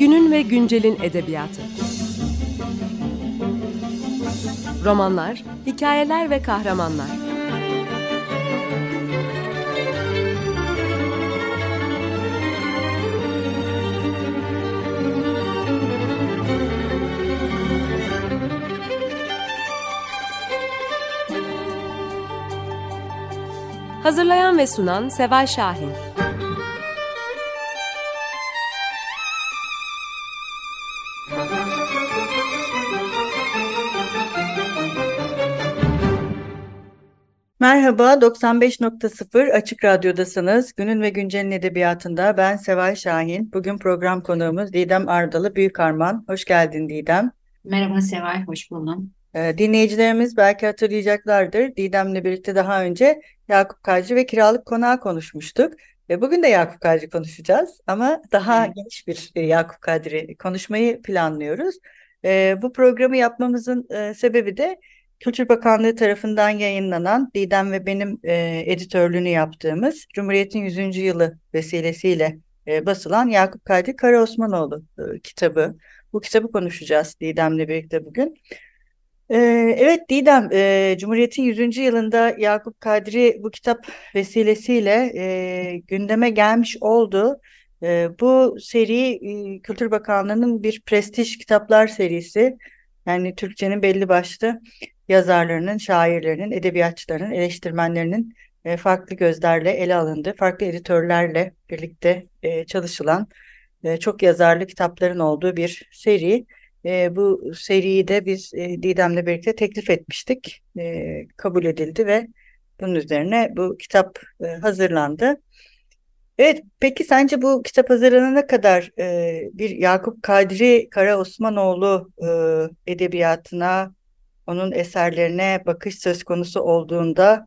Günün ve güncelin edebiyatı. Romanlar, hikayeler ve kahramanlar. Hazırlayan ve sunan Seval Şahin. Merhaba, 95.0 Açık Radyo'dasınız. Günün ve Güncel'in edebiyatında ben Seval Şahin. Bugün program konuğumuz Didem Ardalı Büyükarman. Hoş geldin Didem. Merhaba Seval, hoş buldum. Dinleyicilerimiz belki hatırlayacaklardır. Didem'le birlikte daha önce Yakup Kadri ve Kiralık Konağı konuşmuştuk. Bugün de Yakup Kadri konuşacağız ama daha Evet. geniş bir Yakup Kadri konuşmayı planlıyoruz. Bu programı yapmamızın sebebi de Kültür Bakanlığı tarafından yayınlanan Didem ve benim editörlüğünü yaptığımız Cumhuriyet'in 100. yılı vesilesiyle basılan Yakup Kadri Karaosmanoğlu kitabı. Bu kitabı konuşacağız Didem'le birlikte bugün. Evet Didem, Cumhuriyet'in 100. yılında Yakup Kadri bu kitap vesilesiyle gündeme gelmiş oldu. Bu seri Kültür Bakanlığı'nın bir prestij kitaplar serisi. Yani Türkçenin belli başlı yazarlarının, şairlerinin, edebiyatçılarının, eleştirmenlerinin farklı gözlerle ele alındığı, farklı editörlerle birlikte çalışılan çok yazarlı kitapların olduğu bir seri. Bu seriyi de biz Didem'le birlikte teklif etmiştik. Kabul edildi ve bunun üzerine bu kitap hazırlandı. Evet, peki sence bu kitap hazırlanana kadar bir Yakup Kadri Karaosmanoğlu edebiyatına, onun eserlerine bakış söz konusu olduğunda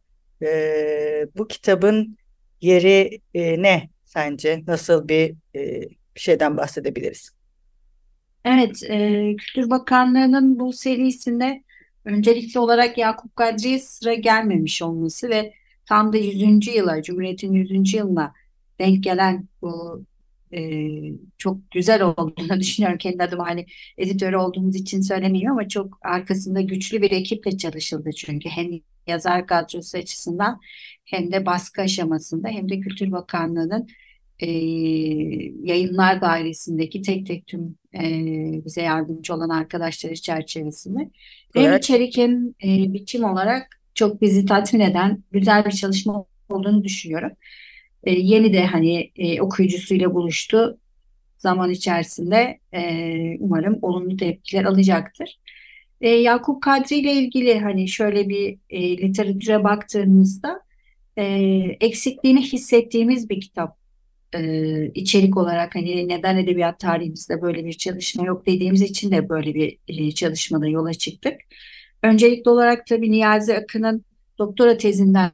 bu kitabın yeri ne sence? Nasıl bir şeyden bahsedebiliriz? Evet, Kültür Bakanlığı'nın bu serisinde öncelikli olarak Yakup Kadri'ye sıra gelmemiş olması ve tam da 100. yıla, Cumhuriyet'in 100. yılına denk gelen bu çok güzel olduğunu düşünüyorum. Kendi adıma hani editörü olduğumuz için söylemeyeyim ama çok arkasında güçlü bir ekiple çalışıldı çünkü hem yazar kadrosu açısından hem de baskı aşamasında hem de Kültür Bakanlığı'nın e, yayınlar dairesindeki tek tek tüm bize yardımcı olan arkadaşları çerçevesinde hem Olarak içerik hem biçim olarak çok bizi tatmin eden güzel bir çalışma olduğunu düşünüyorum. Yeni de hani okuyucusuyla buluştu. Zaman içerisinde umarım olumlu tepkiler alacaktır. Yakup Kadri ile ilgili hani şöyle bir literatüre baktığımızda e, eksikliğini hissettiğimiz bir kitap içerik olarak hani neden edebiyat tarihimizde böyle bir çalışma yok dediğimiz için de böyle bir çalışmada yola çıktık. Öncelikli olarak tabii Niyazi Akın'ın doktora tezinden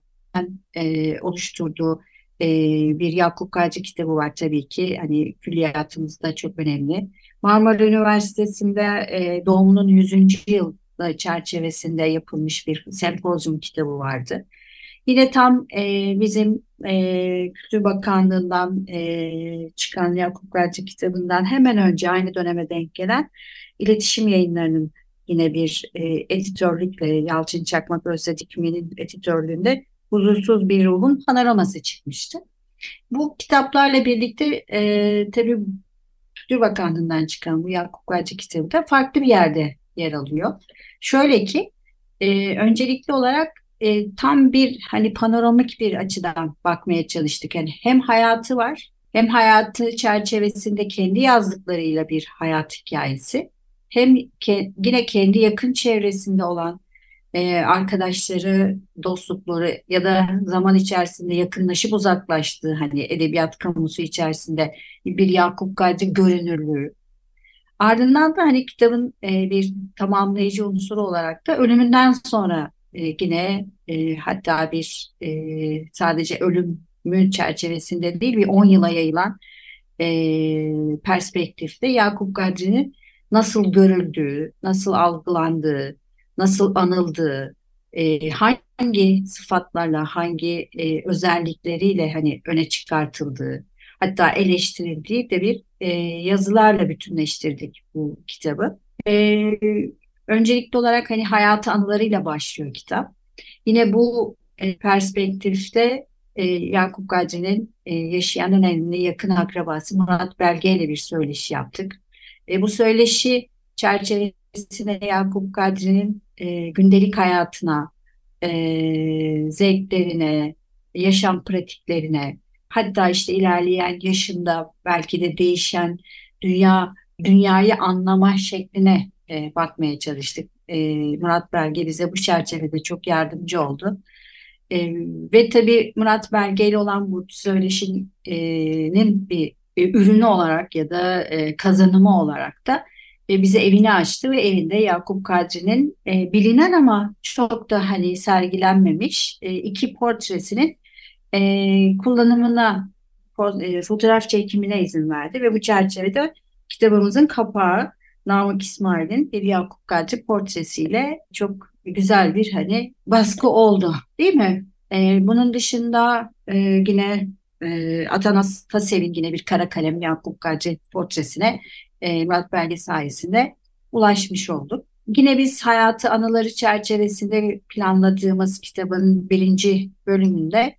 oluşturduğu e, bir Yakup Kadri kitabı var tabii ki. Hani külliyatımızda çok önemli. Marmara Üniversitesi'nde doğumunun 100. yılı çerçevesinde yapılmış bir sempozyum kitabı vardı. Yine tam bizim Kültür Bakanlığı'ndan çıkan Yakup Kadri kitabından hemen önce aynı döneme denk gelen iletişim yayınlarının yine bir editörlükle Yalçın Çakmak Özde Dikmen'in editörlüğünde Huzursuz Bir Ruhun panoraması çıkmıştı. Bu kitaplarla birlikte tabii Kültür Bakanlığı'ndan çıkan bu Yakup Kadri kitabı da farklı bir yerde yer alıyor. Şöyle ki öncelikli olarak tam bir hani panoramik bir açıdan bakmaya çalıştık. Yani hem hayatı var, hem hayatı çerçevesinde kendi yazdıklarıyla bir hayat hikayesi, hem yine kendi yakın çevresinde olan arkadaşları, dostlukları ya da zaman içerisinde yakınlaşıp uzaklaştığı hani edebiyat kamusu içerisinde bir Yakup Kadri görünürlüğü. Ardından da hani kitabın bir tamamlayıcı unsuru olarak da ölümünden sonra yine hatta bir sadece ölümün çerçevesinde değil bir 10 yıla yayılan perspektifte Yakup Kadri'nin nasıl görüldüğü, nasıl algılandığı, nasıl anıldığı, hangi sıfatlarla, hangi özellikleriyle hani öne çıkartıldığı, hatta eleştirildiği de bir yazılarla bütünleştirdik bu kitabı. E, Öncelikli olarak hani hayatı anılarıyla başlıyor kitap. Yine bu perspektifte Yakup Kadri'nin yaşayan en önemli yakın akrabası Murat Belge ile bir söyleşi yaptık. Bu söyleşi çerçevesinde Yakup Kadri'nin gündelik hayatına, zevklerine, yaşam pratiklerine, hatta işte ilerleyen yaşında belki de değişen dünyayı anlama şekline bakmaya çalıştık. Murat Belge bize bu çerçevede çok yardımcı oldu. Ve tabii Murat Belge ile olan bu söyleşinin bir ürünü olarak ya da kazanımı olarak da bize evini açtı ve evinde Yakup Kadri'nin bilinen ama çok da hani sergilenmemiş iki portresinin kullanımına, fotoğraf çekimine izin verdi ve bu çerçevede kitabımızın kapağı Namık İsmail'in bir Yakup Kadri portresiyle çok güzel bir hani baskı oldu, değil mi? Bunun dışında yine Atanas Tasev'in yine bir kara kalem Yakup Kadri portresine Murat Belge sayesinde ulaşmış olduk. Yine biz hayatı anıları çerçevesinde planladığımız kitabın birinci bölümünde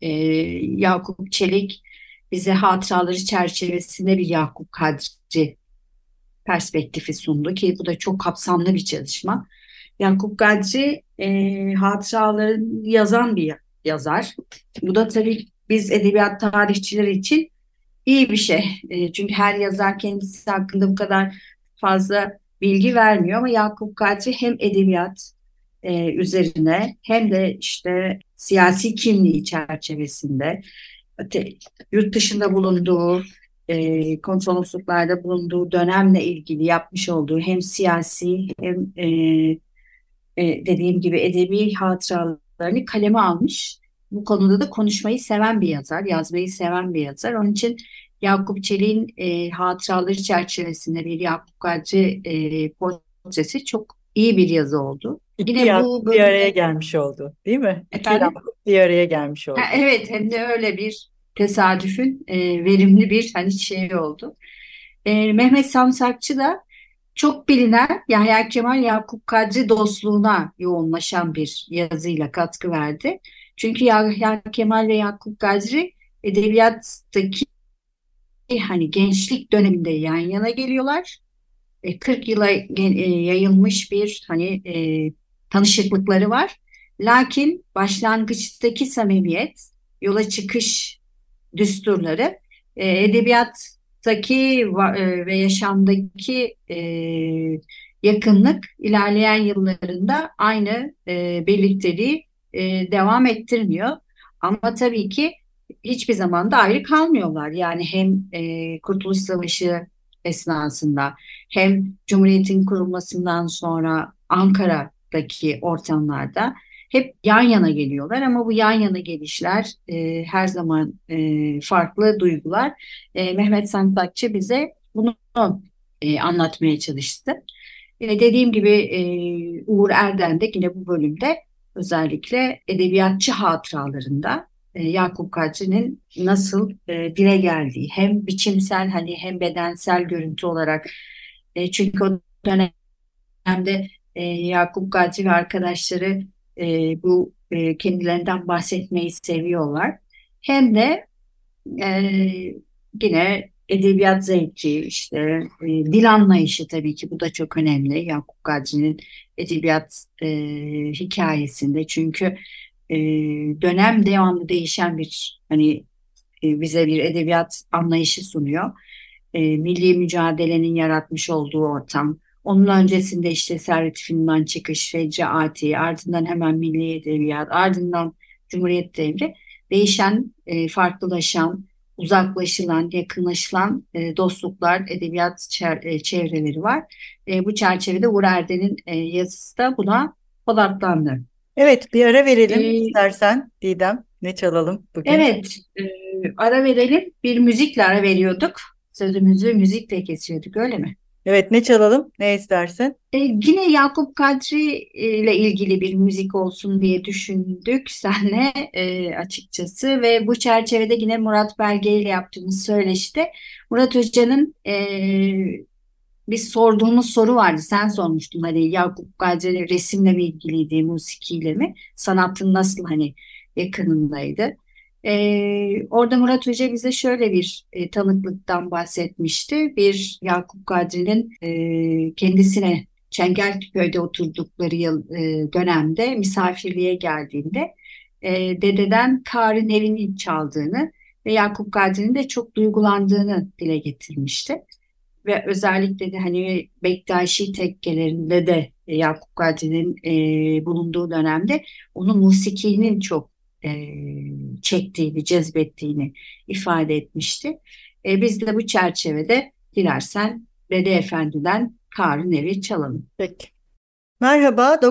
Yakup Çelik bize hatıraları çerçevesinde bir Yakup Kadri perspektifi sundu ki bu da çok kapsamlı bir çalışma. Yakup Kadri hatıralarını yazan bir yazar. Bu da tabii biz edebiyat tarihçileri için iyi bir şey. Çünkü her yazar kendisi hakkında bu kadar fazla bilgi vermiyor ama Yakup Kadri hem edebiyat üzerine hem de işte siyasi kimliği çerçevesinde yurt dışında bulunduğu konsolosluklarda bulunduğu dönemle ilgili yapmış olduğu hem siyasi hem dediğim gibi edebi hatıralarını kaleme almış. Bu konuda da konuşmayı seven bir yazar, yazmayı seven bir yazar. Onun için Yakup Çelik'in hatıraları çerçevesinde bir Yakup Kadri portresi çok iyi bir yazı oldu. İki Yine Yakup bu bir bölümde araya gelmiş oldu, değil mi? İki efendim. Yakup bir araya gelmiş Ha, oldu. evet, hem de öyle bir tesadüfün verimli bir hani şey oldu. Mehmet Samsakçı da çok bilinen Yahya Kemal Yakup Kadri dostluğuna yoğunlaşan bir yazıyla katkı verdi. Çünkü Yahya Kemal ve Yakup Kadri edebiyattaki hani gençlik döneminde yan yana geliyorlar. 40 yıla yayılmış bir hani tanışıklıkları var. Lakin başlangıçtaki samimiyet, yola çıkış düsturları edebiyattaki ve yaşamdaki yakınlık ilerleyen yıllarında aynı birlikteliği devam ettirmiyor. Ama tabii ki hiçbir zaman da ayrı kalmıyorlar. Yani hem Kurtuluş Savaşı esnasında hem Cumhuriyet'in kurulmasından sonra Ankara'daki ortamlarda hep yan yana geliyorlar ama bu yan yana gelişler her zaman farklı duygular. Mehmet Santakçı bize bunu anlatmaya çalıştı. Dediğim gibi Uğur Erden de yine bu bölümde özellikle edebiyatçı hatıralarında Yakup Kadri'nin nasıl dile geldiği hem biçimsel hani hem bedensel görüntü olarak çünkü o dönemde Yakup Kadri ve arkadaşları bu kendilerinden bahsetmeyi seviyorlar. Hem de yine edebiyat zevki, işte dil anlayışı tabii ki bu da çok önemli. Yakup Kadri'nin edebiyat hikayesinde çünkü dönem devamlı değişen bir hani bize bir edebiyat anlayışı sunuyor. Milli mücadelenin yaratmış olduğu ortam. Onun öncesinde işte Servet Fünun'dan çıkış, Fecaati, ardından hemen Milli Edebiyat, ardından Cumhuriyet devri. Değişen, farklılaşan, uzaklaşılan, yakınlaşılan dostluklar, edebiyat çevreleri var. Bu çerçevede Uğur Erden'in yazısı da buna odaklandı. Evet, bir ara verelim E, istersen Didem. Ne çalalım bugün? evet, ara verelim. Bir müzikle ara veriyorduk. Sözümüzü müzikle kesiyorduk, öyle mi? Evet, ne çalalım? Ne istersin? Yine Yakup Kadri ile ilgili bir müzik olsun diye düşündük senle açıkçası ve bu çerçevede yine Murat Belge ile yaptığımız söyleşide Murat Hoca'nın biz sorduğumuz soru vardı. Sen sormuştun hani Yakup Kadri resimle mi ilgiliydi, musikiyle mi? Sanatın nasıl hani yakınındaydı? Orada Murat Hoca bize şöyle bir tanıklıktan bahsetmişti. Bir Yakup Kadri'nin kendisine Çengelköy'de oturdukları dönemde misafirliğe geldiğinde dededen Karın evini çaldığını ve Yakup Kadri'nin de çok duygulandığını dile getirmişti. Ve özellikle de hani Bektaşi tekkelerinde de Yakup Kadri'nin bulunduğu dönemde onun musikinin çok çektiğini, cezbettiğini ifade etmişti. Biz de bu çerçevede dilersen Dede Efendi'den Karın Evi çalalım. Peki. Merhaba,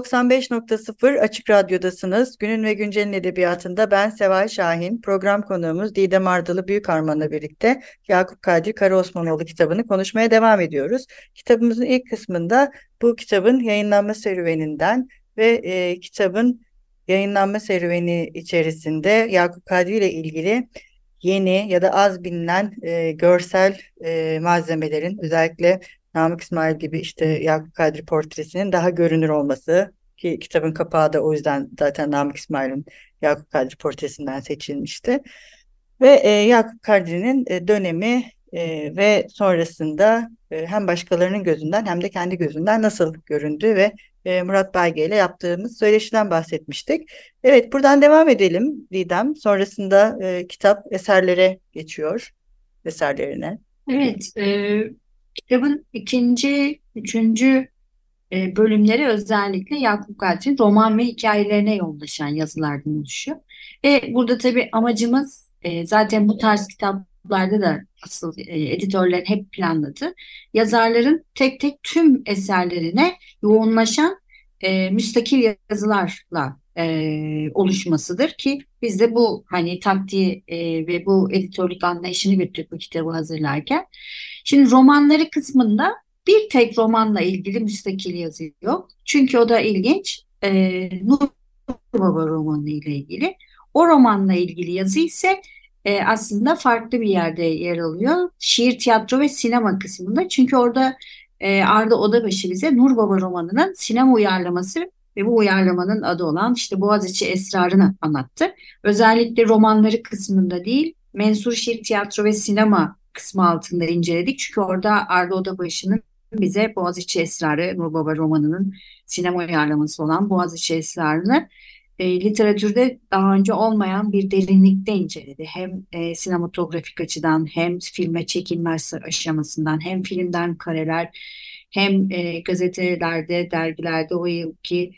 95.0 Açık Radyo'dasınız. Günün ve Güncel'in edebiyatında ben Seval Şahin. Program konuğumuz Didem Ardalı Büyükarman'la birlikte Yakup Kadri Karaosmanoğlu kitabını konuşmaya devam ediyoruz. Kitabımızın ilk kısmında bu kitabın yayınlanma serüveninden ve kitabın yayınlanma serüveni içerisinde Yakup Kadri ile ilgili yeni ya da az bilinen görsel malzemelerin, özellikle Namık İsmail gibi işte Yakup Kadri portresinin daha görünür olması, ki kitabın kapağı da o yüzden zaten Namık İsmail'in Yakup Kadri portresinden seçilmişti. Ve Yakup Kadri'nin dönemi ve sonrasında hem başkalarının gözünden hem de kendi gözünden nasıl göründüğü ve Murat Belge ile yaptığımız söyleşiden bahsetmiştik. Evet, buradan devam edelim Didem. Sonrasında kitap eserlere geçiyor, eserlerine. Evet, kitabın ikinci, üçüncü bölümleri özellikle Yakup Kadri'nin roman ve hikayelerine yoğunlaşan yazılardan oluşuyor. Burada tabii amacımız zaten bu tarz kitaplarda da asıl editörlerin hep planladığı yazarların tek tek tüm eserlerine yoğunlaşan müstakil yazılarla oluşmasıdır ki biz de bu hani taktiği ve bu editörlük anlayışını güttük bu kitabı hazırlarken. Şimdi romanları kısmında bir tek romanla ilgili müstakil yazı yok. Çünkü o da ilginç. Nur Baba romanı ile ilgili. O romanla ilgili yazı ise aslında farklı bir yerde yer alıyor. Şiir, tiyatro ve sinema kısmında. Çünkü orada Arda Odabaşı bize Nur Baba romanının sinema uyarlaması ve bu uyarlamanın adı olan işte Boğaziçi Esrarı'nı anlattı. Özellikle romanları kısmında değil, mensur şiir, tiyatro ve sinema kısmı altında inceledik. Çünkü orada Arda Odabaşı'nın bize Boğaziçi Esrarı, Nur Baba romanının sinema uyarlaması olan Boğaziçi Esrarı'nı literatürde daha önce olmayan bir derinlikte inceledi. Hem sinematografik açıdan hem filme çekilme aşamasından hem filmden kareler hem gazetelerde, dergilerde o yılki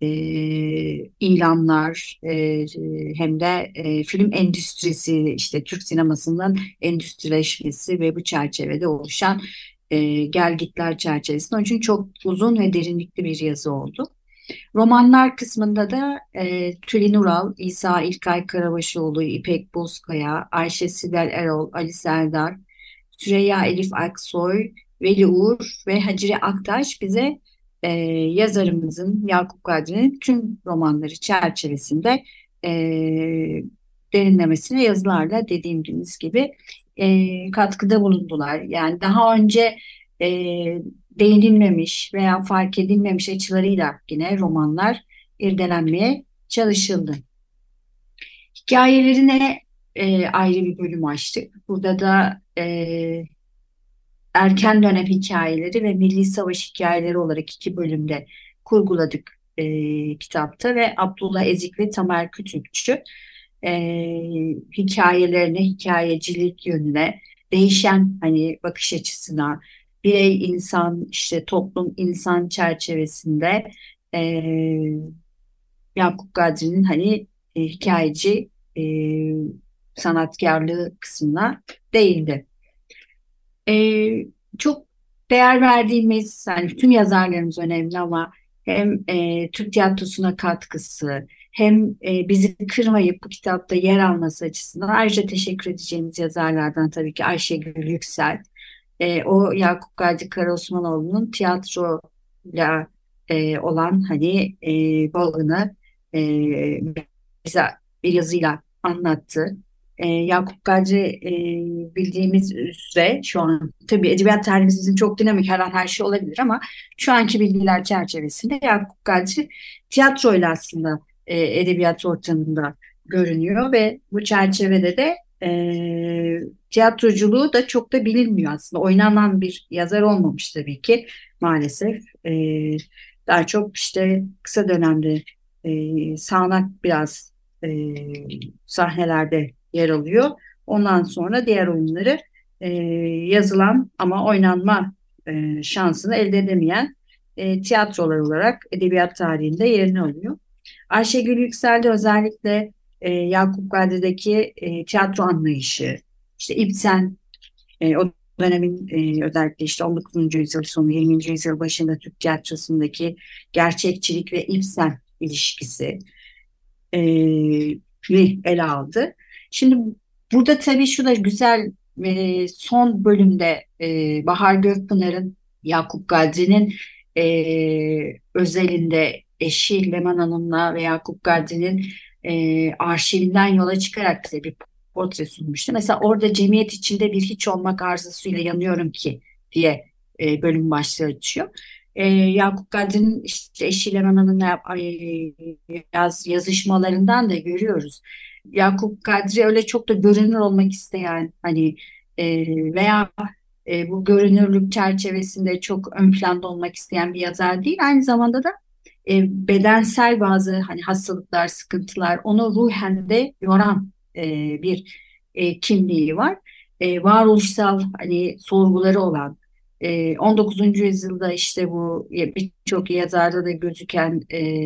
ilanlar hem de film endüstrisi işte Türk sinemasının endüstrileşmesi ve bu çerçevede oluşan gelgitler çerçevesinde. Onun için çok uzun ve derinlikli bir yazı oldu. Romanlar kısmında da Tülin Ural, İsa İlkay Karabaşoğlu, İpek Bozkaya, Ayşe Sibel Erol, Ali Serdar, Süreyya Elif Aksoy, Veli Uğur ve Hacire Aktaş bize yazarımızın Yakup Kadri'nin tüm romanları çerçevesinde derinlemesine yazılarla dediğimiz gibi katkıda bulundular. Yani daha önce değinilmemiş veya fark edilmemiş açılarıyla yine romanlar irdelenmeye çalışıldı. Hikayelerine ayrı bir bölüm açtık. Burada da erken dönem hikayeleri ve milli savaş hikayeleri olarak iki bölümde kurguladık kitapta ve Abdullah Ezik ve Tamer Kütükçü hikayelerine, hikayecilik yönüne, değişen hani bakış açısına, birey insan, işte toplum insan çerçevesinde Yakup Kadri'nin hani hikayeci sanatkarlığı kısmına değindi. Çok değer verdiğimiz yani tüm yazarlarımız önemli ama hem Türk tiyatrosuna katkısı hem bizi kırmayıp bu kitapta yer alması açısından ayrıca teşekkür edeceğimiz yazarlardan tabii ki Ayşegül Yüksel, O Yakup Kadri Karaosmanoğlu'nun tiyatroyla olan hani bağını e, bize bir yazıyla anlattı. Yakup Kadri bildiğimiz üzere şu an tabii edebiyat tarihimiz bizim çok dinamik, her an her şey olabilir ama şu anki bilgiler çerçevesinde Yakup Kadri tiyatroyla aslında edebiyat ortamında görünüyor ve bu çerçevede de tiyatroculuğu da çok da bilinmiyor aslında. Oynanan bir yazar olmamış tabii ki maalesef. Daha çok işte kısa dönemde sağanak biraz e, sahnelerde yer alıyor. Ondan sonra diğer oyunları e, yazılan ama oynanma şansını elde edemeyen tiyatrolar olarak edebiyat tarihinde yerini alıyor. Ayşegül Yüksel'de özellikle Yakup Kadri'deki tiyatro anlayışı, işte Ibsen, o dönemin özellikle işte 19. yüzyıl sonu 20. yüzyıl başında Türk tiyatrosundaki gerçekçilik ve Ibsen ilişkisi ele aldı. Şimdi burada tabii şu da güzel, son bölümde Bahar Gökpınar'ın Yakup Kadri'nin özelinde eşi Leman Hanım'la ve Yakup Kadri'nin arşivinden yola çıkarak bize bir portre sunmuştu. Mesela orada cemiyet içinde bir hiç olmak arzusuyla yanıyorum ki diye bölüm başlığı açıyor. Yakup Kadri'nin işte eşi Leman Hanım'la yazışmalarından da görüyoruz. Yakup Kadri öyle çok da görünür olmak isteyen hani veya bu görünürlük çerçevesinde çok ön planda olmak isteyen bir yazar değil. Aynı zamanda da bedensel bazı hani hastalıklar, sıkıntılar onu ruhen de yoran bir kimliği var. Varoluşsal hani sorguları olan 19. yüzyılda işte bu birçok yazarda da gözüken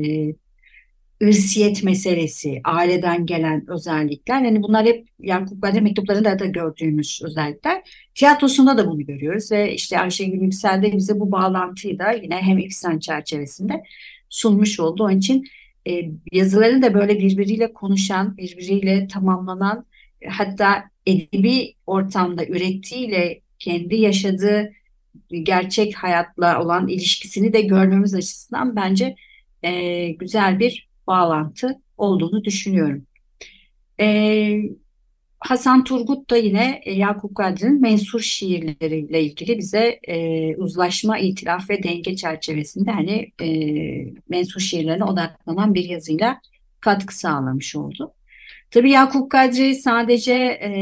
ırsiyet meselesi, aileden gelen özellikler. Yani bunlar hep Yakup Kadri mektuplarında da gördüğümüz özellikler. Tiyatrosunda da bunu görüyoruz ve işte Ayşegül Yüksel de bize bu bağlantıyı da yine hem İhsan çerçevesinde sunmuş oldu. Onun için yazıları da böyle birbiriyle konuşan, birbiriyle tamamlanan, hatta edebi ortamda ürettiğiyle kendi yaşadığı gerçek hayatla olan ilişkisini de görmemiz açısından bence güzel bir bağlantı olduğunu düşünüyorum. E, Hasan Turgut da yine Yakup Kadri'nin mensur şiirleriyle ilgili bize uzlaşma, itilaf ve denge çerçevesinde hani mensur şiirlerine odaklanan bir yazıyla katkı sağlamış oldu. Tabii Yakup Kadri sadece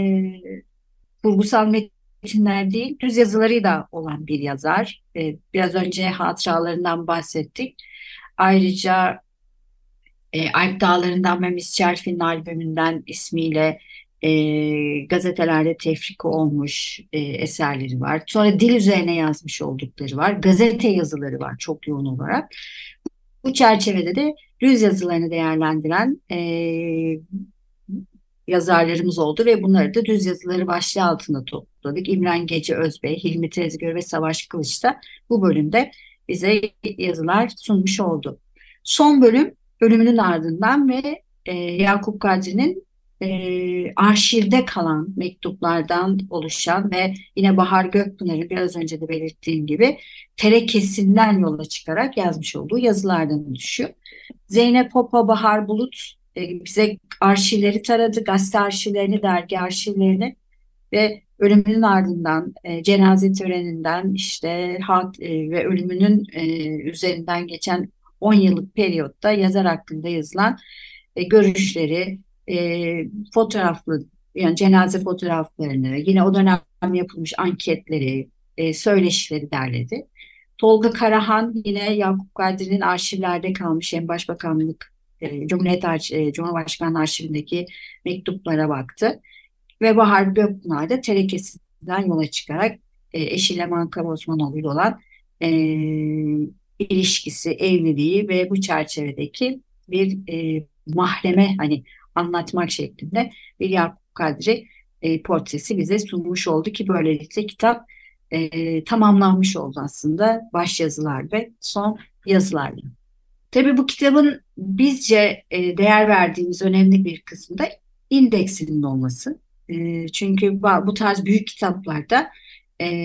kurgusal metinler değil, düz yazıları da olan bir yazar. Biraz önce hatıralarından bahsettik. Ayrıca Alp Dağları'ndan ve Miss Shelfie'nin albümünden ismiyle gazetelerde tefrika olmuş eserleri var. Sonra dil üzerine yazmış oldukları var. Gazete yazıları var çok yoğun olarak. Bu çerçevede de düz yazılarını değerlendiren yazarlarımız oldu ve bunları da düz yazıları başlığı altında topladık. İmren Gece Özbey, Hilmi Tezgör ve Savaş Kılıç da bu bölümde bize yazılar sunmuş oldu. Son bölümünün ardından ve Yakup Kadri'nin arşivde kalan mektuplardan oluşan ve yine Bahar Gökpınar'ın biraz önce de belirttiğim gibi terekesinden yola çıkarak yazmış olduğu yazılardan oluşuyor. Zeynep Hopa, Bahar Bulut bize arşivleri taradı, gazete arşivlerini, dergi arşivlerini ve ölümünün ardından cenaze töreninden işte ve ölümünün üzerinden geçen 10 yıllık periyotta yazar hakkında yazılan görüşleri, fotoğraflı yani cenaze fotoğraflarını, yine o dönem yapılmış anketleri, söyleşileri derledi. Tolga Karahan yine Yakup Kadri'nin arşivlerde kalmış hem Başbakanlık Cumhurbaşkanlığı arşivindeki mektuplara baktı. Ve Bahar Gökpınar da terekesinden yola çıkarak eşi Leman Karaosmanoğlu ile olan ilişkisi, evliliği ve bu çerçevedeki bir mahreme hani anlatmak şeklinde bir Yakup Kadri portresi bize sunmuş oldu ki böylelikle kitap tamamlanmış oldu aslında başyazılar ve son yazılarla. Tabii bu kitabın bizce değer verdiğimiz önemli bir kısmı da indeksinin olması. Çünkü bu tarz büyük kitaplarda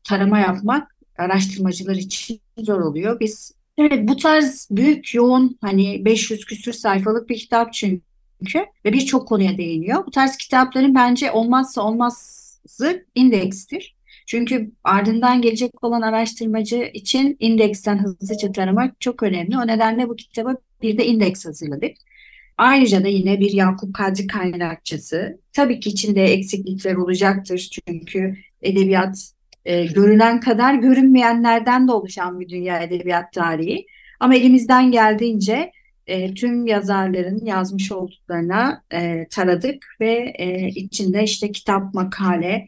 tarama yapmak araştırmacılar için zor oluyor. Evet, bu tarz büyük, yoğun, hani 500 küsür sayfalık bir kitap çünkü ve birçok konuya değiniyor. Bu tarz kitapların bence olmazsa olmazı indekstir. Çünkü ardından gelecek olan araştırmacı için indeksten hızlıca taramak çok önemli. O nedenle bu kitaba bir de indeks hazırladık. Ayrıca da yine bir Yakup Kadri kaynakçası. Tabii ki içinde eksiklikler olacaktır. Çünkü edebiyat görünen kadar görünmeyenlerden de oluşan bir dünya edebiyat tarihi. Ama elimizden geldiğince tüm yazarların yazmış olduklarına taradık ve içinde işte kitap, makale,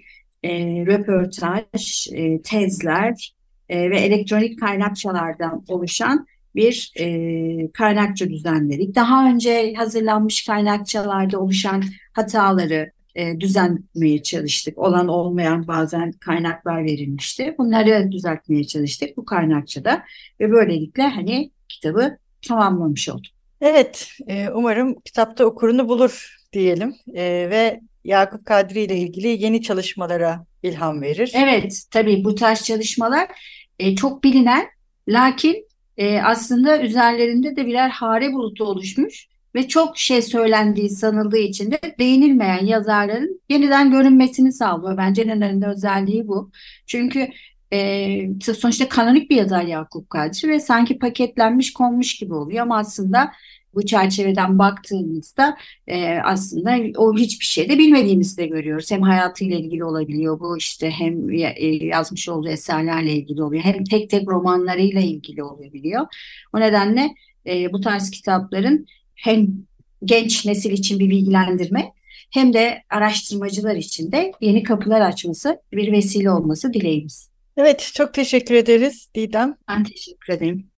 röportaj, tezler ve elektronik kaynakçalardan oluşan bir kaynakça düzenledik. Daha önce hazırlanmış kaynakçalarda oluşan hataları düzenlemeye çalıştık. Olan olmayan bazen kaynaklar verilmişti. Bunları düzeltmeye çalıştık bu kaynakçada ve böylelikle hani kitabı tamamlamış olduk. Evet, umarım kitapta okurunu bulur diyelim ve Yakup Kadri ile ilgili yeni çalışmalara ilham verir. Evet, tabii bu tarz çalışmalar çok bilinen, lakin aslında üzerlerinde de birer hare bulutu oluşmuş ve çok şey söylendiği sanıldığı için de değinilmeyen yazarların yeniden görünmesini sağlıyor. Bence en önemli özelliği bu. Çünkü sonuçta kanonik bir yazar Yakup Kadri ve sanki paketlenmiş konmuş gibi oluyor ama aslında bu çerçeveden baktığımızda aslında o hiçbir şey de bilmediğimizi de görüyoruz. Hem hayatıyla ilgili olabiliyor bu, işte hem yazmış olduğu eserlerle ilgili oluyor, hem tek tek romanlarıyla ilgili olabiliyor. O nedenle bu tarz kitapların hem genç nesil için bir bilgilendirme hem de araştırmacılar için de yeni kapılar açması, bir vesile olması dileğimiz. Evet, çok teşekkür ederiz Didem. Ben teşekkür ederim.